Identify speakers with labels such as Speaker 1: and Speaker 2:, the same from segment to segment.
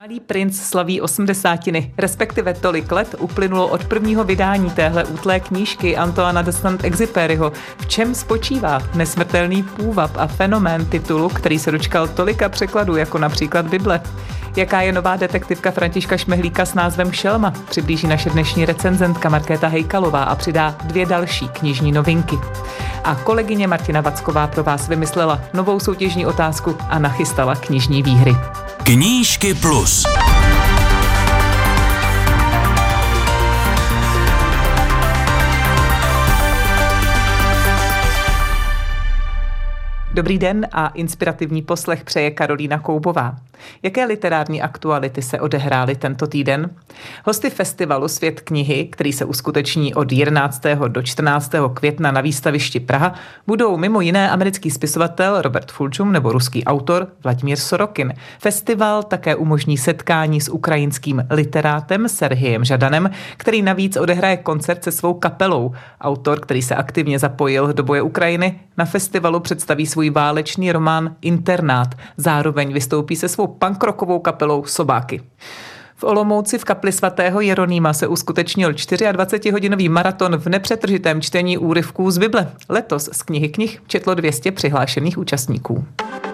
Speaker 1: Malý princ slaví 80, respektive tolik let uplynulo od prvního vydání téhle útlé knížky Antoana de Saint-Exupéryho. V čem spočívá nesmrtelný půvab a fenomén titulu, který se dočkal tolika překladů, jako například Bible? Jaká je nová detektivka Františka Šmehlíka s názvem Šelma? Přiblíží naše dnešní recenzentka Markéta Hejkalová a přidá 2 další knižní novinky. A kolegyně Martina Vacková pro vás vymyslela novou soutěžní otázku a nachystala knižní výhry.
Speaker 2: Knížky plus.
Speaker 1: Dobrý den a inspirativní poslech přeje Karolína Koubová. Jaké literární aktuality se odehrály tento týden? Hosty festivalu Svět knihy, který se uskuteční od 11. do 14. května na výstavišti Praha, budou mimo jiné americký spisovatel Robert Fulčum nebo ruský autor Vladimír Sorokin. Festival také umožní setkání s ukrajinským literátem Serhijem Žadanem, který navíc odehraje koncert se svou kapelou. Autor, který se aktivně zapojil do boje Ukrajiny, na festivalu představí svůj válečný román Internát. Zároveň vystoupí se svou punkrockovou kapelou Sobáky. V Olomouci v kapli svatého Jeronýma se uskutečnil 24-hodinový maraton v nepřetržitém čtení úryvků z Bible. Letos z knihy knih četlo 200 přihlášených účastníků.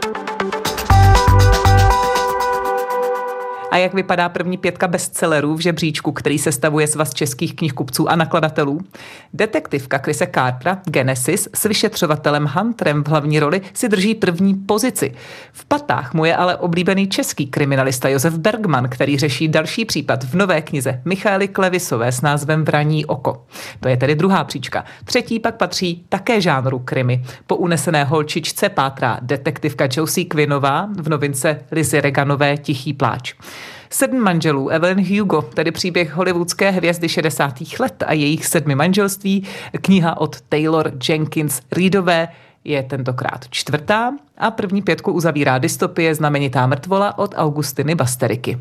Speaker 1: A jak vypadá první 5 bestsellerů v žebříčku, který sestavuje Svaz českých knihkupců a nakladatelů? Detektivka Chrise Cartera Genesis s vyšetřovatelem Hunterem v hlavní roli si drží první pozici. V patách mu je ale oblíbený český kriminalista Josef Bergman, který řeší další případ v nové knize Michaely Klevisové s názvem Vraní oko. To je tedy druhá příčka. Třetí pak patří také žánru krimi. Po unesené holčičce pátrá detektivka Josie Quinnová v novince Lizzy Reganové Tichý pláč. 7 manželů Evelyn Hugo, tedy příběh hollywoodské hvězdy 60. let a jejich 7 manželství, kniha od Taylor Jenkins Reidové, je tentokrát 4. a první 5 uzavírá dystopie Znamenitá mrtvola od Augustiny Basterriky.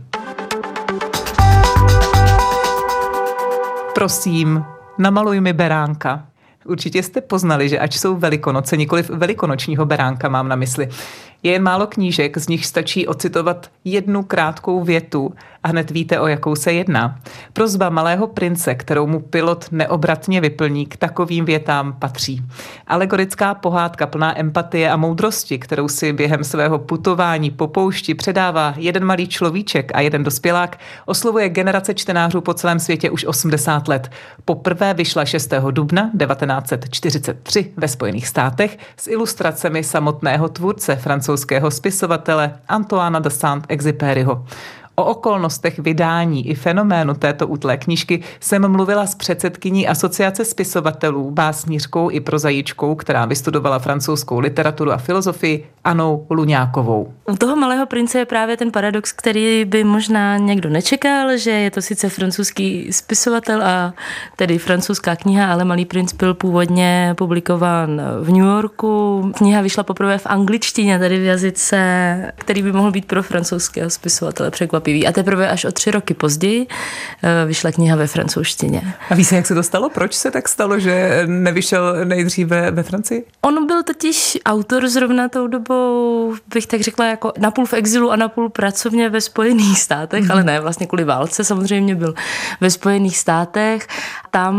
Speaker 1: Prosím, namaluj mi beránka. Určitě jste poznali, že ač jsou Velikonoce, nikoliv velikonočního beránka mám na mysli. Je jen málo knížek, z nich stačí ocitovat 1 krátkou větu a hned víte, o jakou se jedná. Prosba Malého prince, kterou mu pilot neobratně vyplní, k takovým větám patří. Alegorická pohádka plná empatie a moudrosti, kterou si během svého putování po poušti předává jeden malý človíček a jeden dospělák, oslovuje generace čtenářů po celém světě už 80 let. Poprvé vyšla 6. dubna 1943 ve Spojených státech s ilustracemi samotného tvůrce, francouzského spisovatele Antoana de Saint-Exupéryho. O okolnostech vydání i fenoménu této útlé knížky jsem mluvila s předsedkyní Asociace spisovatelů, básnířkou i prozajíčkou, která vystudovala francouzskou literaturu a filozofii, Annou Luňákovou.
Speaker 3: U toho Malého prince je právě ten paradox, který by možná někdo nečekal, že je to sice francouzský spisovatel a tedy francouzská kniha, ale Malý princ byl původně publikován v New Yorku. Kniha vyšla poprvé v angličtině, tedy v jazyce, který by mohl být pro francouzského spisovatele překvapivý. A teprve až o 3 roky později vyšla kniha ve francouzštině.
Speaker 1: A ví se, jak se to stalo? Proč se tak stalo, že nevyšel nejdříve ve Francii?
Speaker 3: On byl totiž autor zrovna tou dobou, bych tak řekla, jako napůl v exilu a napůl pracovně ve Spojených státech, ale ne, vlastně kvůli válce samozřejmě byl ve Spojených státech. Tam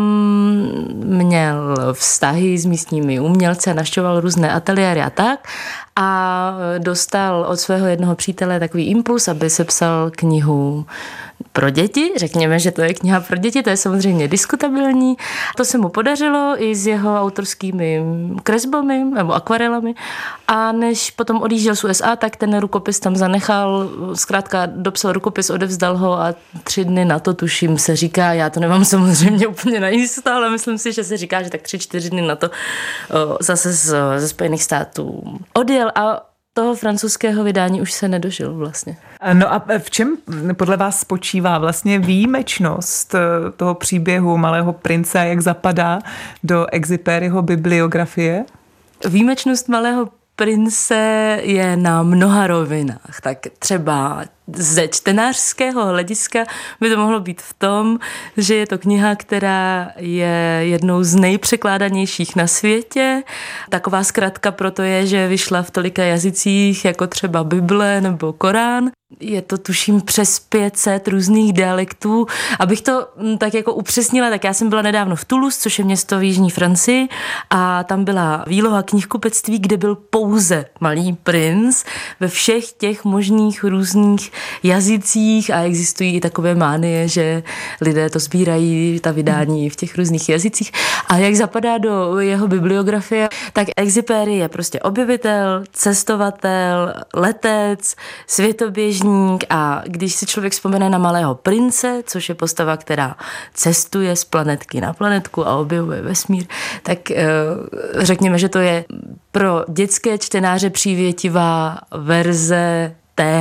Speaker 3: měl vztahy s místními umělci, navštěvoval různé ateliéry a tak. A dostal od svého jednoho přítele takový impuls, aby sepsal knihu pro děti. Řekněme, že to je kniha pro děti, to je samozřejmě diskutabilní. To se mu podařilo i s jeho autorskými kresbami nebo akvarelami. A než potom odjížděl z USA, tak ten rukopis tam zanechal, zkrátka dopsal rukopis, odevzdal ho a 3 dny na to, tuším, se říká, já to nemám samozřejmě úplně najisto, ale myslím si, že se říká, že tak 3-4 dny na to zase ze Spojených států odjel a toho francouzského vydání už se nedožil vlastně.
Speaker 1: No a v čem podle vás spočívá vlastně výjimečnost toho příběhu Malého prince a jak zapadá do Exupéryho bibliografie?
Speaker 3: Výjimečnost Malého prince je na mnoha rovinách. Tak třeba ze čtenářského hlediska by to mohlo být v tom, že je to kniha, která je jednou z nejpřekládanějších na světě. Taková zkratka proto je, že vyšla v tolika jazycích, jako třeba Bible nebo Korán. Je to tuším přes 500 různých dialektů. Abych to tak jako upřesnila, tak já jsem byla nedávno v Toulouse, což je město v jižní Francii, a tam byla výloha knihkupectví, kde byl pouze Malý princ ve všech těch možných různých jazycích a existují i takové mánie, že lidé to sbírají, ta vydání v těch různých jazycích. A jak zapadá do jeho bibliografie, tak Exupéry je prostě objevitel, cestovatel, letec, světoběžník, a když si člověk vzpomene na Malého prince, což je postava, která cestuje z planetky na planetku a objevuje vesmír, tak řekněme, že to je pro dětské čtenáře přívětivá verze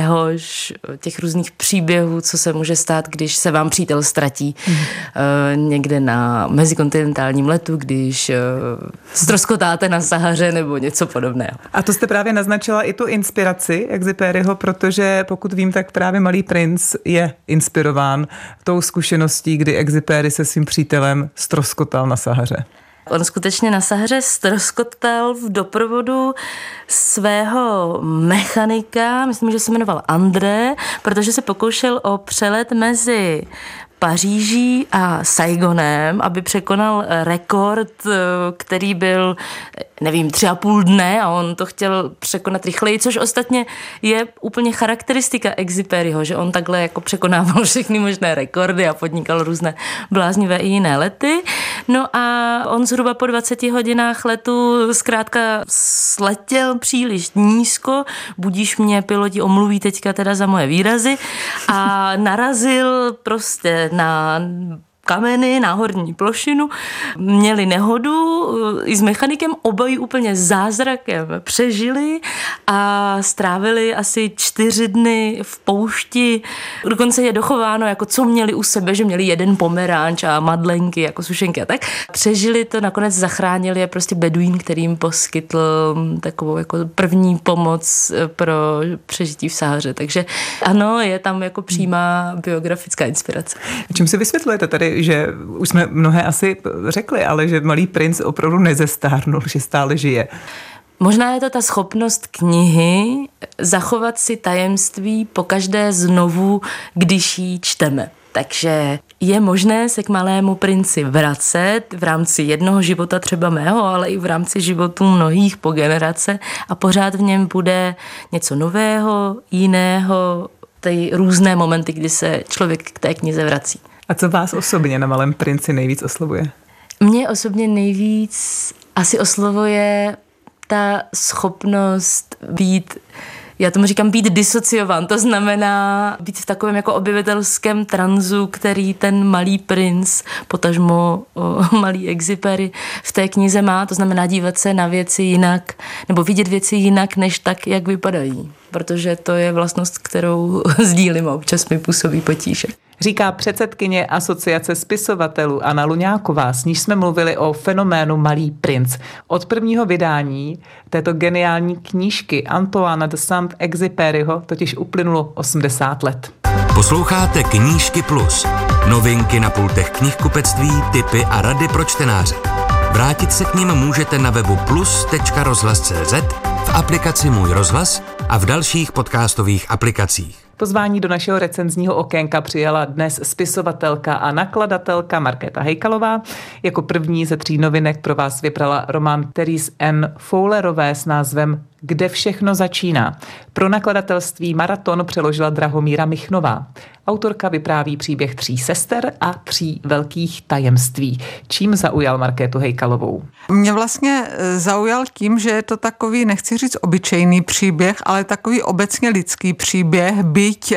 Speaker 3: těch různých příběhů, co se může stát, když se vám přítel ztratí někde na mezikontinentálním letu, když ztroskotáte na Sahaře nebo něco podobného.
Speaker 1: A to jste právě naznačila i tu inspiraci Exupéryho, protože pokud vím, tak právě Malý princ je inspirován tou zkušeností, kdy Exupéry se svým přítelem ztroskotal na Sahaře.
Speaker 3: On skutečně na Sahaře ztroskotal v doprovodu svého mechanika, myslím, že se jmenoval André, protože se pokoušel o přelet mezi Paříží a Saigonem, aby překonal rekord, který byl, nevím, 3,5 dne a on to chtěl překonat rychleji, což ostatně je úplně charakteristika Exupéryho, že on takhle jako překonával všechny možné rekordy a podnikal různé bláznivé i jiné lety. No a on zhruba po 20 hodinách letu zkrátka sletěl příliš nízko, budíš mě, piloti, omluví teďka teda za moje výrazy, a narazil prostě na kameny, na horní plošinu, měli nehodu i s mechanikem, obojí úplně zázrakem přežili a strávili asi 4 dny v poušti. Dokonce je dochováno, jako co měli u sebe, že měli jeden pomeranč a madlenky, jako sušenky a tak. Přežili to, nakonec zachránili je prostě beduín, který jim poskytl takovou jako první pomoc pro přežití v Sahaře. Takže ano, je tam jako přímá biografická inspirace.
Speaker 1: Čím si vysvětlujete tady, že už jsme mnohé asi řekli, ale že Malý princ opravdu nezestárnul, že stále žije?
Speaker 3: Možná je to ta schopnost knihy zachovat si tajemství pokaždé znovu, když ji čteme. Takže je možné se k Malému princi vracet v rámci jednoho života, třeba mého, ale i v rámci životů mnohých po generace, a pořád v něm bude něco nového, jiného, ty různé momenty, kdy se člověk k té knize vrací.
Speaker 1: A co vás osobně na Malém princi nejvíc oslovuje?
Speaker 3: Mě osobně nejvíc asi oslovuje ta schopnost být, já tomu říkám, být disociován. To znamená být v takovém jako objevitelském tranzu, který ten Malý princ, potažmo Malý Exupéry v té knize má. To znamená dívat se na věci jinak, nebo vidět věci jinak, než tak, jak vypadají. Protože to je vlastnost, kterou sdílím a občas mi působí potíže.
Speaker 1: Říká předsedkyně Asociace spisovatelů Anna Luňáková, s níž jsme mluvili o fenoménu Malý princ. Od prvního vydání této geniální knížky Antoine de Saint-Exupéryho totiž uplynulo 80 let.
Speaker 2: Posloucháte Knížky Plus. Novinky na pultech knihkupectví, tipy a rady pro čtenáře. Vrátit se k nim můžete na webu plus.rozhlas.cz, v aplikaci Můj rozhlas a v dalších podcastových aplikacích.
Speaker 1: Pozvání do našeho recenzního okénka přijala dnes spisovatelka a nakladatelka Markéta Hejkalová. Jako první ze 3 novinek pro vás vybrala román Therese N. Fowlerové s názvem Kde všechno začíná. Pro nakladatelství Maraton přeložila Drahomíra Michnová. Autorka vypráví příběh 3 sester a 3 velkých tajemství. Čím zaujal Markétu Hejkalovou?
Speaker 4: Mě vlastně zaujal tím, že je to takový, nechci říct obyčejný příběh, ale takový obecně lidský příběh, byť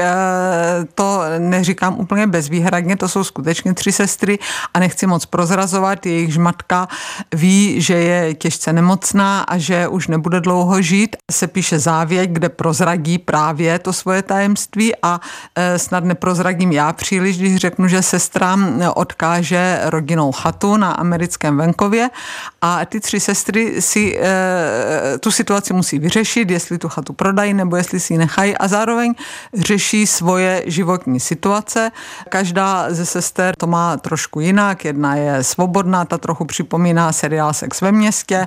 Speaker 4: to neříkám úplně bezvýhradně, to jsou skutečně 3 sestry a nechci moc prozrazovat, jejichž matka ví, že je těžce nemocná a že už nebude dlouho žít. Se píše závěť, kde prozradí právě to svoje tajemství a snad neprozradím já příliš, když řeknu, že sestra odkáže rodinnou chatu na americkém venkově a ty 3 sestry si tu situaci musí vyřešit, jestli tu chatu prodají nebo jestli si ji nechají a zároveň řeší svoje životní situace. Každá ze sester to má trošku jinak. Jedna je svobodná, ta trochu připomíná seriál Sex ve městě,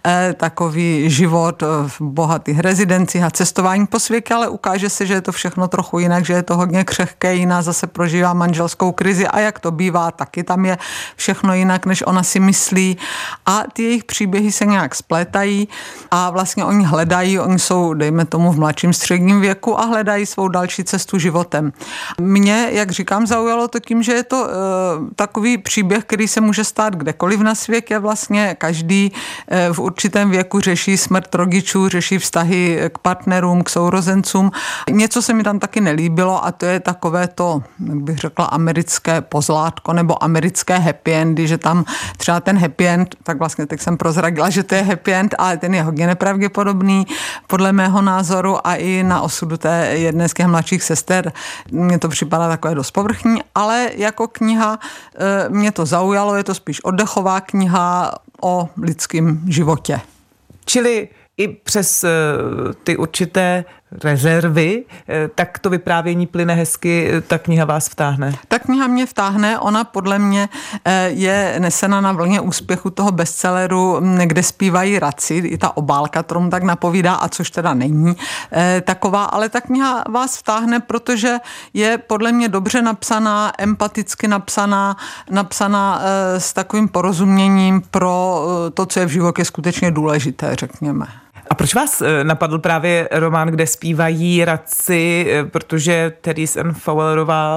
Speaker 4: takový život v bohatých rezidencích a cestování po světě, ale ukáže se, že je to všechno trochu jinak, že je to hodně křehké, jiná zase prožívá manželskou krizi a jak to bývá, taky tam je všechno jinak, než ona si myslí. A ty jejich příběhy se nějak splétají a vlastně oni hledají, oni jsou, dejme tomu, v mladším středním věku a hledají svou další cestu životem. Mě, jak říkám, zaujalo to tím, že je to takový příběh, který se může stát kdekoliv na světě. Vlastně každý v určitém věku řeší smrt rodičů, řeší vztahy k partnerům, k sourozencům. Něco se mi tam taky nelíbilo a to je takové to, jak bych řekla, americké pozlátko nebo americké happy endy, že tam třeba ten happy end, tak vlastně teď jsem prozradila, že to je happy end, ale ten je hodně nepravděpodobný podle mého názoru a i na osudu té jedné z těch mladších sester mně to připadá takové dost povrchní, ale jako kniha mě to zaujalo, je to spíš oddechová kniha o lidském životě.
Speaker 1: Čili i přes ty určité rezervy, tak to vyprávění plyne hezky, ta kniha vás vtáhne.
Speaker 4: Ta kniha mě vtáhne, ona podle mě je nesena na vlně úspěchu toho bestselleru Kde zpívají raci, i ta obálka tomu tak napovídá, a což teda není taková, ale ta kniha vás vtáhne, protože je podle mě dobře napsaná, empaticky napsaná s takovým porozuměním pro to, co je v životě skutečně důležité, řekněme.
Speaker 1: A proč vás napadl právě román, Kde zpívají raci, protože Therese Anne Fowlerová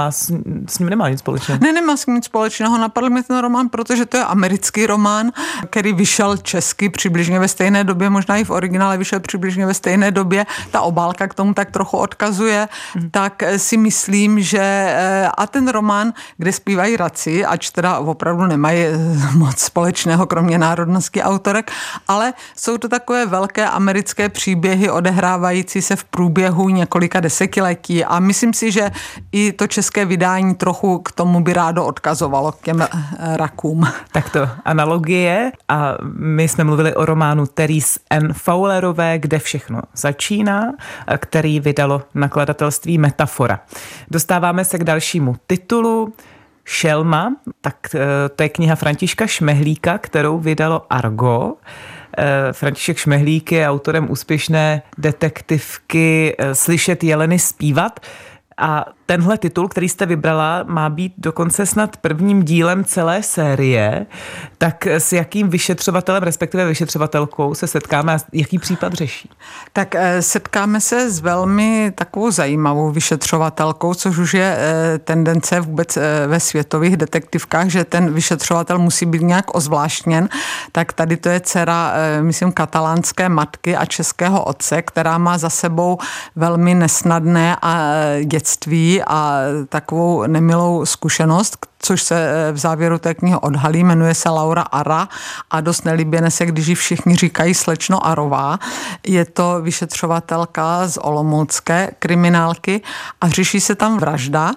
Speaker 1: s ním nemá nic společného?
Speaker 4: Nemá s ním nic společného. Napadl mi ten román, protože to je americký román, který vyšel česky přibližně ve stejné době, možná i v originále vyšel přibližně ve stejné době. Ta obálka k tomu tak trochu odkazuje, tak si myslím, že a ten román, Kde zpívají raci, ač teda opravdu nemají moc společného, kromě národnosti autorek, ale jsou to takové velké americké příběhy odehrávající se v průběhu několika desetiletí a myslím si, že i to české vydání trochu k tomu by rádo odkazovalo, k těm rakům.
Speaker 1: Tak to analogie a my jsme mluvili o románu Therese Anne Fowlerové, Kde všechno začíná, který vydalo nakladatelství Metafora. Dostáváme se k dalšímu titulu. Šelma, tak to je kniha Františka Šmehlíka, kterou vydalo Argo. František Šmehlík je autorem úspěšné detektivky Slyšet jeleny zpívat. A tenhle titul, který jste vybrala, má být dokonce snad prvním dílem celé série. Tak s jakým vyšetřovatelem, respektive vyšetřovatelkou se setkáme a jaký případ řeší?
Speaker 4: Tak setkáme se s velmi takovou zajímavou vyšetřovatelkou, což už je tendence vůbec ve světových detektivkách, že ten vyšetřovatel musí být nějak ozvláštněn. Tak tady to je dcera, myslím, katalánské matky a českého otce, která má za sebou velmi nesnadné dětství a takovou nemilou zkušenost, což se v závěru té knihy odhalí, jmenuje se Laura Ara a dost nelíbě nese, když ji všichni říkají slečno Arová. Je to vyšetřovatelka z olomoucké kriminálky a řeší se tam vražda.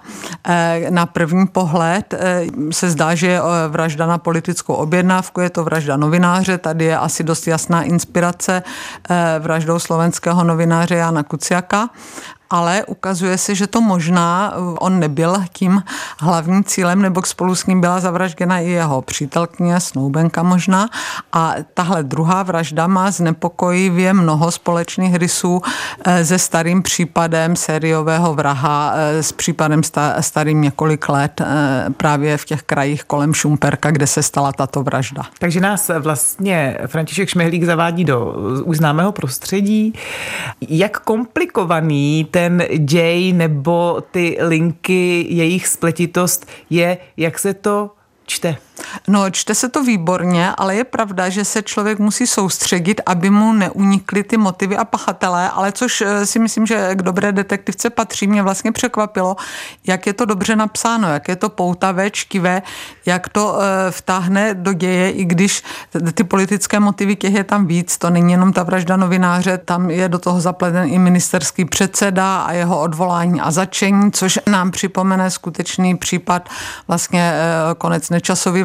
Speaker 4: Na první pohled se zdá, že je vražda na politickou objednávku, je to vražda novináře, tady je asi dost jasná inspirace vraždou slovenského novináře Jana Kuciaka. Ale ukazuje se, že to možná on nebyl tím hlavním cílem, nebo spolu s ním byla zavražděna i jeho přítelkyně, snoubenka možná. A tahle druhá vražda má znepokojivě mnoho společných rysů se starým případem sériového vraha, s případem starým několik let právě v těch krajích kolem Šumperka, kde se stala tato vražda.
Speaker 1: Takže nás vlastně František Šmehlík zavádí do už známého prostředí. Jak komplikovaný ten děj nebo ty linky, jejich spletitost je, jak se to čte?
Speaker 4: No, čte se to výborně, ale je pravda, že se člověk musí soustředit, aby mu neunikly ty motivy a pachatelé, ale což si myslím, že k dobré detektivce patří, mě vlastně překvapilo, jak je to dobře napsáno, jak je to poutavé, čtivé, jak to vtáhne do děje, i když ty politické motivy, těch je tam víc, to není jenom ta vražda novináře, tam je do toho zapleten i ministerský předseda a jeho odvolání a zatčení, což nám připomene skutečný případ vlastně konec Nečasovy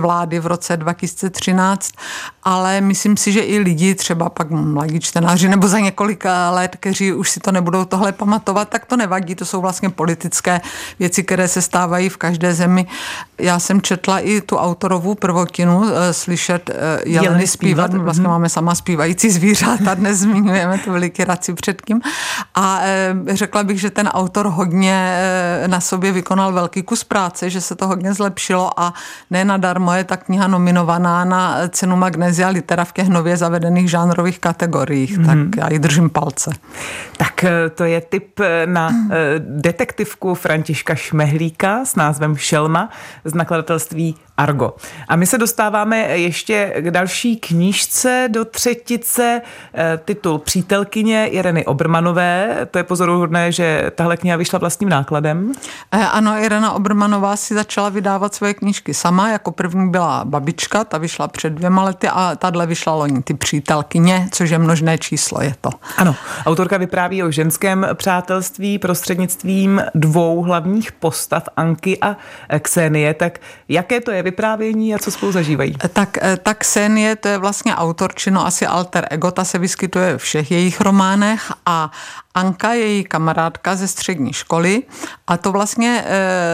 Speaker 4: vlády v roce 2013, ale myslím si, že i lidi, třeba pak mladí čtenáři nebo za několik let, kteří už si to nebudou tohle pamatovat, tak to nevadí, to jsou vlastně politické věci, které se stávají v každé zemi. Já jsem četla i tu autorovu prvotinu Slyšet jeleny zpívat. Vlastně máme sama zpívající zvířata, dnes zmiňujeme tu velikoraci předtím. A řekla bych, že ten autor hodně na sobě vykonal velký kus práce, že se to hodně zlepšilo a ne nadarmo je ta kniha nominovaná na cenu Magnesia Litera v těch nově zavedených žánrových kategoriích. Tak já jí držím palce.
Speaker 1: Tak to je tip na detektivku Františka Šmehlíka s názvem Šelma z nakladatelství Argo. A my se dostáváme ještě k další knížce do třetice, titul Přítelkyně Ireny Obermanové. To je pozoruhodné, že tahle kniha vyšla vlastním nákladem.
Speaker 4: Ano, Irena Obermanová si začala vydávat svoje knížky sama. Jako první byla Babička, ta vyšla před 2 lety a tahle vyšla loni, Ty přítelkyně, což je množné číslo, je to.
Speaker 1: Ano, autorka vypráví o ženském přátelství prostřednictvím 2 hlavních postav, Anky a Ksenie. Tak jaké to je vyprávění a co spolu zažívají?
Speaker 4: Tak Ksenie, to je vlastně autorčino, asi alter ego, ta se vyskytuje ve všech jejich románech a Anka je její kamarádka ze střední školy a to vlastně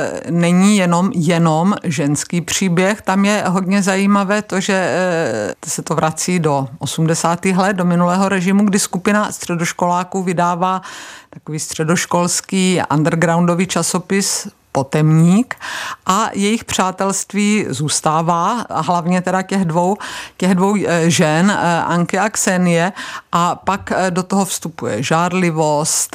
Speaker 4: není jenom ženský příběh. Tam je hodně zajímavé to, že se to vrací do 80. let, do minulého režimu, kdy skupina středoškoláků vydává takový středoškolský undergroundový časopis Potemník a jejich přátelství zůstává, a hlavně teda těch dvou žen, Anky a Ksenie, a pak do toho vstupuje žárlivost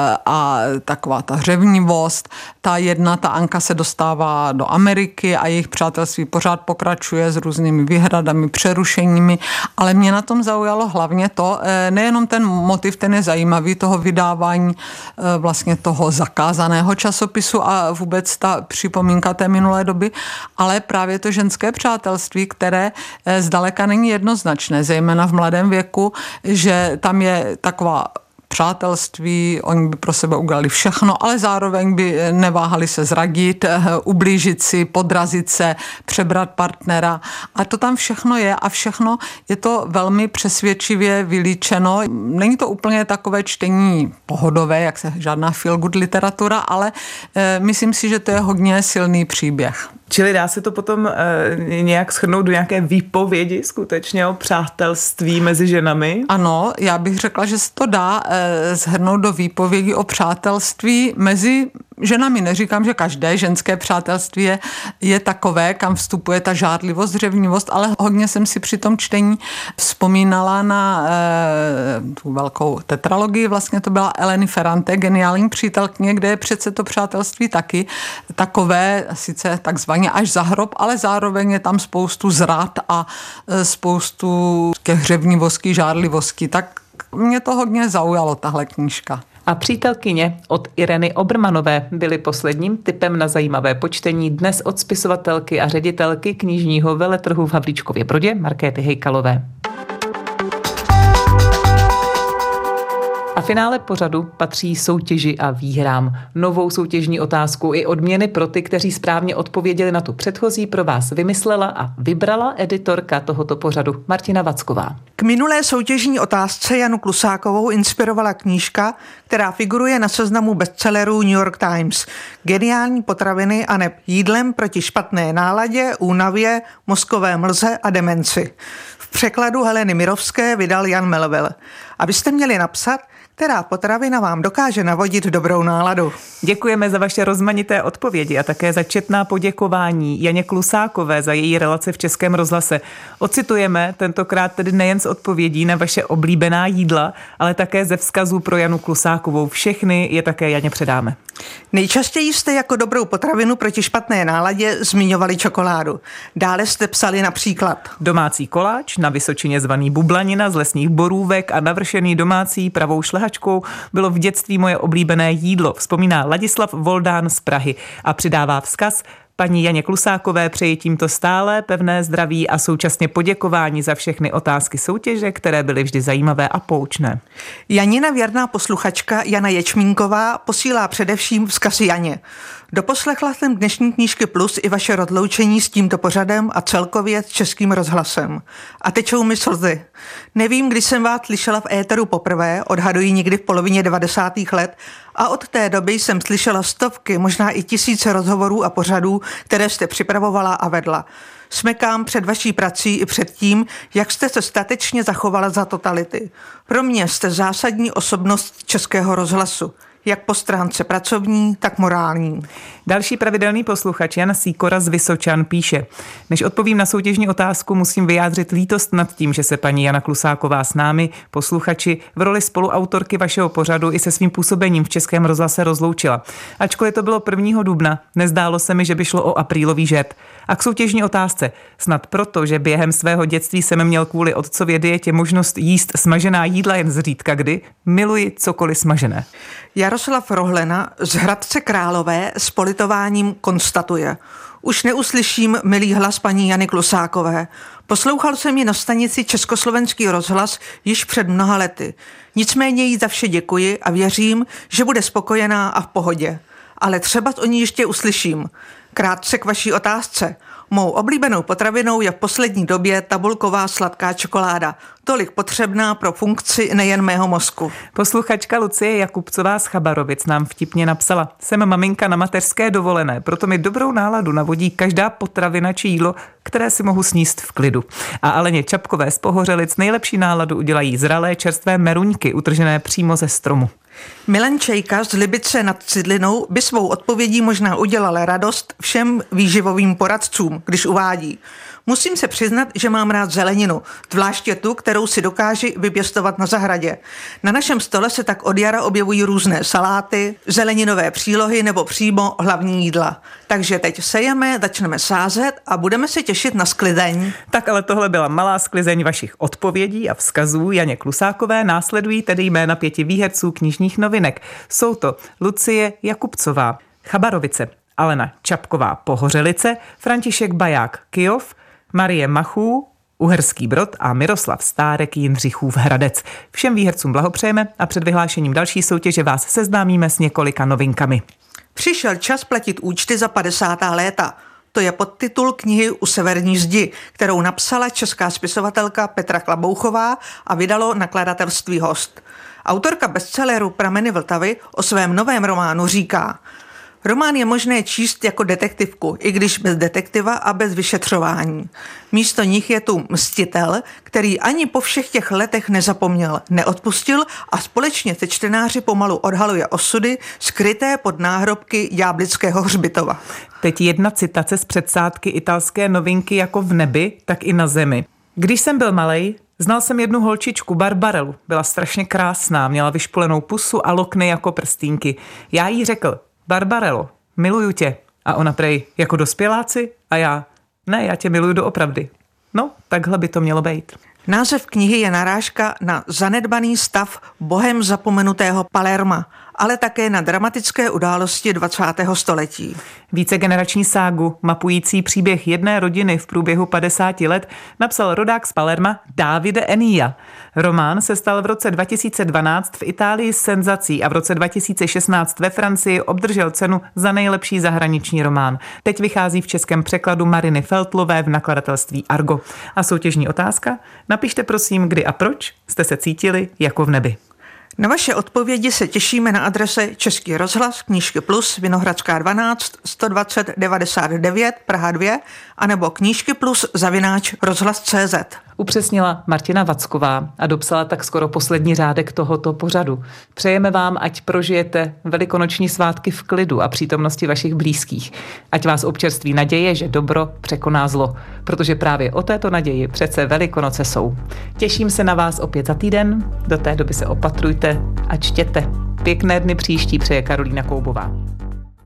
Speaker 4: a taková ta hřevnivost. Ta Anka se dostává do Ameriky a jejich přátelství pořád pokračuje s různými výhradami, přerušeními, ale mě na tom zaujalo hlavně to, nejenom ten motiv, ten je zajímavý, toho vydávání vlastně toho zakázaného časopisu a vůbec ta připomínka té minulé doby, ale právě to ženské přátelství, které zdaleka není jednoznačné, zejména v mladém věku, že tam je taková přátelství, oni by pro sebe udělali všechno, ale zároveň by neváhali se zradit, ublížit si, podrazit se, přebrat partnera. A to tam všechno je a všechno je to velmi přesvědčivě vylíčeno. Není to úplně takové čtení pohodové, jak se žádná feel good literatura, ale myslím si, že to je hodně silný příběh.
Speaker 1: Čili dá se to potom nějak shrnout do nějaké výpovědi skutečně o přátelství mezi ženami?
Speaker 4: Ano, já bych řekla, že se to dá shrnout do výpovědi o přátelství mezi ženami. Neříkám, že každé ženské přátelství je takové, kam vstupuje ta žárlivost, řevnivost, ale hodně jsem si při tom čtení vzpomínala na tu velkou tetralogii, vlastně to byla Eleny Ferrante, Geniální přítelkyně, kde je přece to přátelství taky takové, sice takzvaně až za hrob, ale zároveň je tam spoustu zrad a spoustu těch hřevnivostí, žárlivostí. Tak mě to hodně zaujalo, tahle knížka.
Speaker 1: A Přítelkyně od Ireny Obermanové byly posledním tipem na zajímavé počtení dnes od spisovatelky a ředitelky knižního veletrhu v Havlíčkově Brodě Markéty Hejkalové. A finále pořadu patří soutěži a výhrám. Novou soutěžní otázku i odměny pro ty, kteří správně odpověděli na tu předchozí, pro vás vymyslela a vybrala editorka tohoto pořadu Martina Vacková.
Speaker 5: K minulé soutěžní otázce Janu Klusákovou inspirovala knížka, která figuruje na seznamu bestsellerů New York Times. Geniální potraviny aneb jídlem proti špatné náladě, únavě, mozkové mlze a demenci. V překladu Heleny Mirovské vydal Jan Melville. A vy jste měli napsat, která potravina vám dokáže navodit dobrou náladu.
Speaker 1: Děkujeme za vaše rozmanité odpovědi a také za četná poděkování Janě Klusákové za její relace v Českém rozhlase. Ocitujeme tentokrát tedy nejen z odpovědí na vaše oblíbená jídla, ale také ze vzkazů pro Janu Klusákovou. Všechny je také Janě předáme.
Speaker 5: Nejčastěji jste jako dobrou potravinu proti špatné náladě zmiňovali čokoládu. Dále jste psali například
Speaker 1: domácí koláč, na Vysočině zvaný bublanina z lesních borůvek a navršený domácí pravou šlehačkou bylo v dětství moje oblíbené jídlo, vzpomíná Ladislav Voldán z Prahy a přidává vzkaz: Paní Janě Klusákové přeji tímto stále pevné zdraví a současně poděkování za všechny otázky soutěže, které byly vždy zajímavé a poučné.
Speaker 5: Janina věrná posluchačka Jana Ječmínková posílá především vzkaz Janě. Doposlechla jsem dnešní Knížky Plus i vaše rozloučení s tímto pořadem a celkově s Českým rozhlasem. A tečou mi slzy. Nevím, kdy jsem vás slyšela v éteru poprvé, odhaduji někdy v polovině 90. let, a od té doby jsem slyšela stovky, možná i tisíce rozhovorů a pořadů, které jste připravovala a vedla. Smekám před vaší prací i před tím, jak jste se statečně zachovala za totality. Pro mě jste zásadní osobnost Českého rozhlasu. Jak po stránce pracovní, tak morální.
Speaker 1: Další pravidelný posluchač Jan Sýkora z Vysočan píše: Než odpovím na soutěžní otázku, musím vyjádřit lítost nad tím, že se paní Jana Klusáková s námi, posluchači, v roli spoluautorky vašeho pořadu i se svým působením v Českém rozhlase rozloučila. Ačkoliv to bylo 1. dubna, nezdálo se mi, že by šlo o aprílový žert. A k soutěžní otázce. Snad proto, že během svého dětství jsem měl kvůli otcově dietě možnost jíst smažená jídla jen zřídka kdy, miluji cokoliv smažené.
Speaker 5: Jaroslav Rohlena z Hradce Králové s politováním konstatuje: Už neuslyším milý hlas paní Jany Klusákové. Poslouchal jsem ji na stanici Československý rozhlas již před mnoha lety. Nicméně jí za vše děkuji a věřím, že bude spokojená a v pohodě. Ale třeba o ní ještě uslyším. Krátce k vaší otázce. Mou oblíbenou potravinou je v poslední době tabulková sladká čokoláda. Tolik potřebná pro funkci nejen mého mozku.
Speaker 1: Posluchačka Lucie Jakubcová z Chabarovic nám vtipně napsala: Jsem maminka na mateřské dovolené, proto mi dobrou náladu navodí každá potravina či jídlo, které si mohu sníst v klidu. A Aleně Čapkové z Pohořelic nejlepší náladu udělají zralé čerstvé meruňky utržené přímo ze stromu.
Speaker 5: Milan Čejka z Libice nad Cidlinou by svou odpovědí možná udělal radost všem výživovým poradcům, když uvádí: Musím se přiznat, že mám rád zeleninu, zvláště tu, kterou si dokáži vypěstovat na zahradě. Na našem stole se tak od jara objevují různé saláty, zeleninové přílohy nebo přímo hlavní jídla. Takže teď sejeme, začneme sázet a budeme se těšit na sklizeň.
Speaker 1: Tak ale tohle byla malá sklizeň vašich odpovědí a vzkazů Janě Klusákové. Následují tedy jména 5 výherců knižních novinek. Jsou to Lucie Jakubcová, Chabarovice, Alena Čapková, Pohořelice, František Baják, Kyjov, Marie Machů, Uherský Brod a Miroslav Stárek, Jindřichův Hradec. Všem výhercům blahopřejeme a před vyhlášením další soutěže vás seznámíme s několika novinkami.
Speaker 5: Přišel čas platit účty za 50. léta. To je podtitul knihy U severní zdi, kterou napsala česká spisovatelka Petra Klabouchová a vydalo nakladatelství Host. Autorka bestselleru Prameny Vltavy o svém novém románu říká: Román je možné číst jako detektivku, i když bez detektiva a bez vyšetřování. Místo nich je tu mstitel, který ani po všech těch letech nezapomněl, neodpustil a společně se čtenáři pomalu odhaluje osudy skryté pod náhrobky Ďáblického hřbitova.
Speaker 1: Teď jedna citace z předsádky italské novinky Jako v nebi, tak i na zemi. Když jsem byl malej, znal jsem jednu holčičku, Barbarelu. Byla strašně krásná, měla vyšpulenou pusu a lokny jako prstínky. Já jí řekl: Barbarelo, miluju tě. A ona prej: Jako dospěláci? A já: Ne, já tě miluju doopravdy. No, takhle by to mělo být.
Speaker 5: Název knihy je narážka na zanedbaný stav bohem zapomenutého Palerma, ale také na dramatické události 20. století.
Speaker 1: Vícegenerační ságu, mapující příběh jedné rodiny v průběhu 50 let, napsal rodák z Palerma Davide Enia. Román se stal v roce 2012 v Itálii senzací a v roce 2016 ve Francii obdržel cenu za nejlepší zahraniční román. Teď vychází v českém překladu Mariny Feltlové v nakladatelství Argo. A soutěžní otázka? Napište prosím, kdy a proč jste se cítili jako v nebi.
Speaker 5: Na vaše odpovědi se těšíme na adrese Český rozhlas, Knížky Plus, Vinohradská 12, 120 99, Praha 2, anebo Knížky Plus @rozhlas.cz.
Speaker 1: Upřesnila Martina Vacková a dopsala tak skoro poslední řádek tohoto pořadu. Přejeme vám, ať prožijete velikonoční svátky v klidu a přítomnosti vašich blízkých. Ať vás občerství naděje, že dobro překoná zlo, protože právě o této naději přece Velikonoce jsou. Těším se na vás opět za týden, do té doby se opatrujte a čtěte. Pěkné dny příští přeje Karolína Koubová.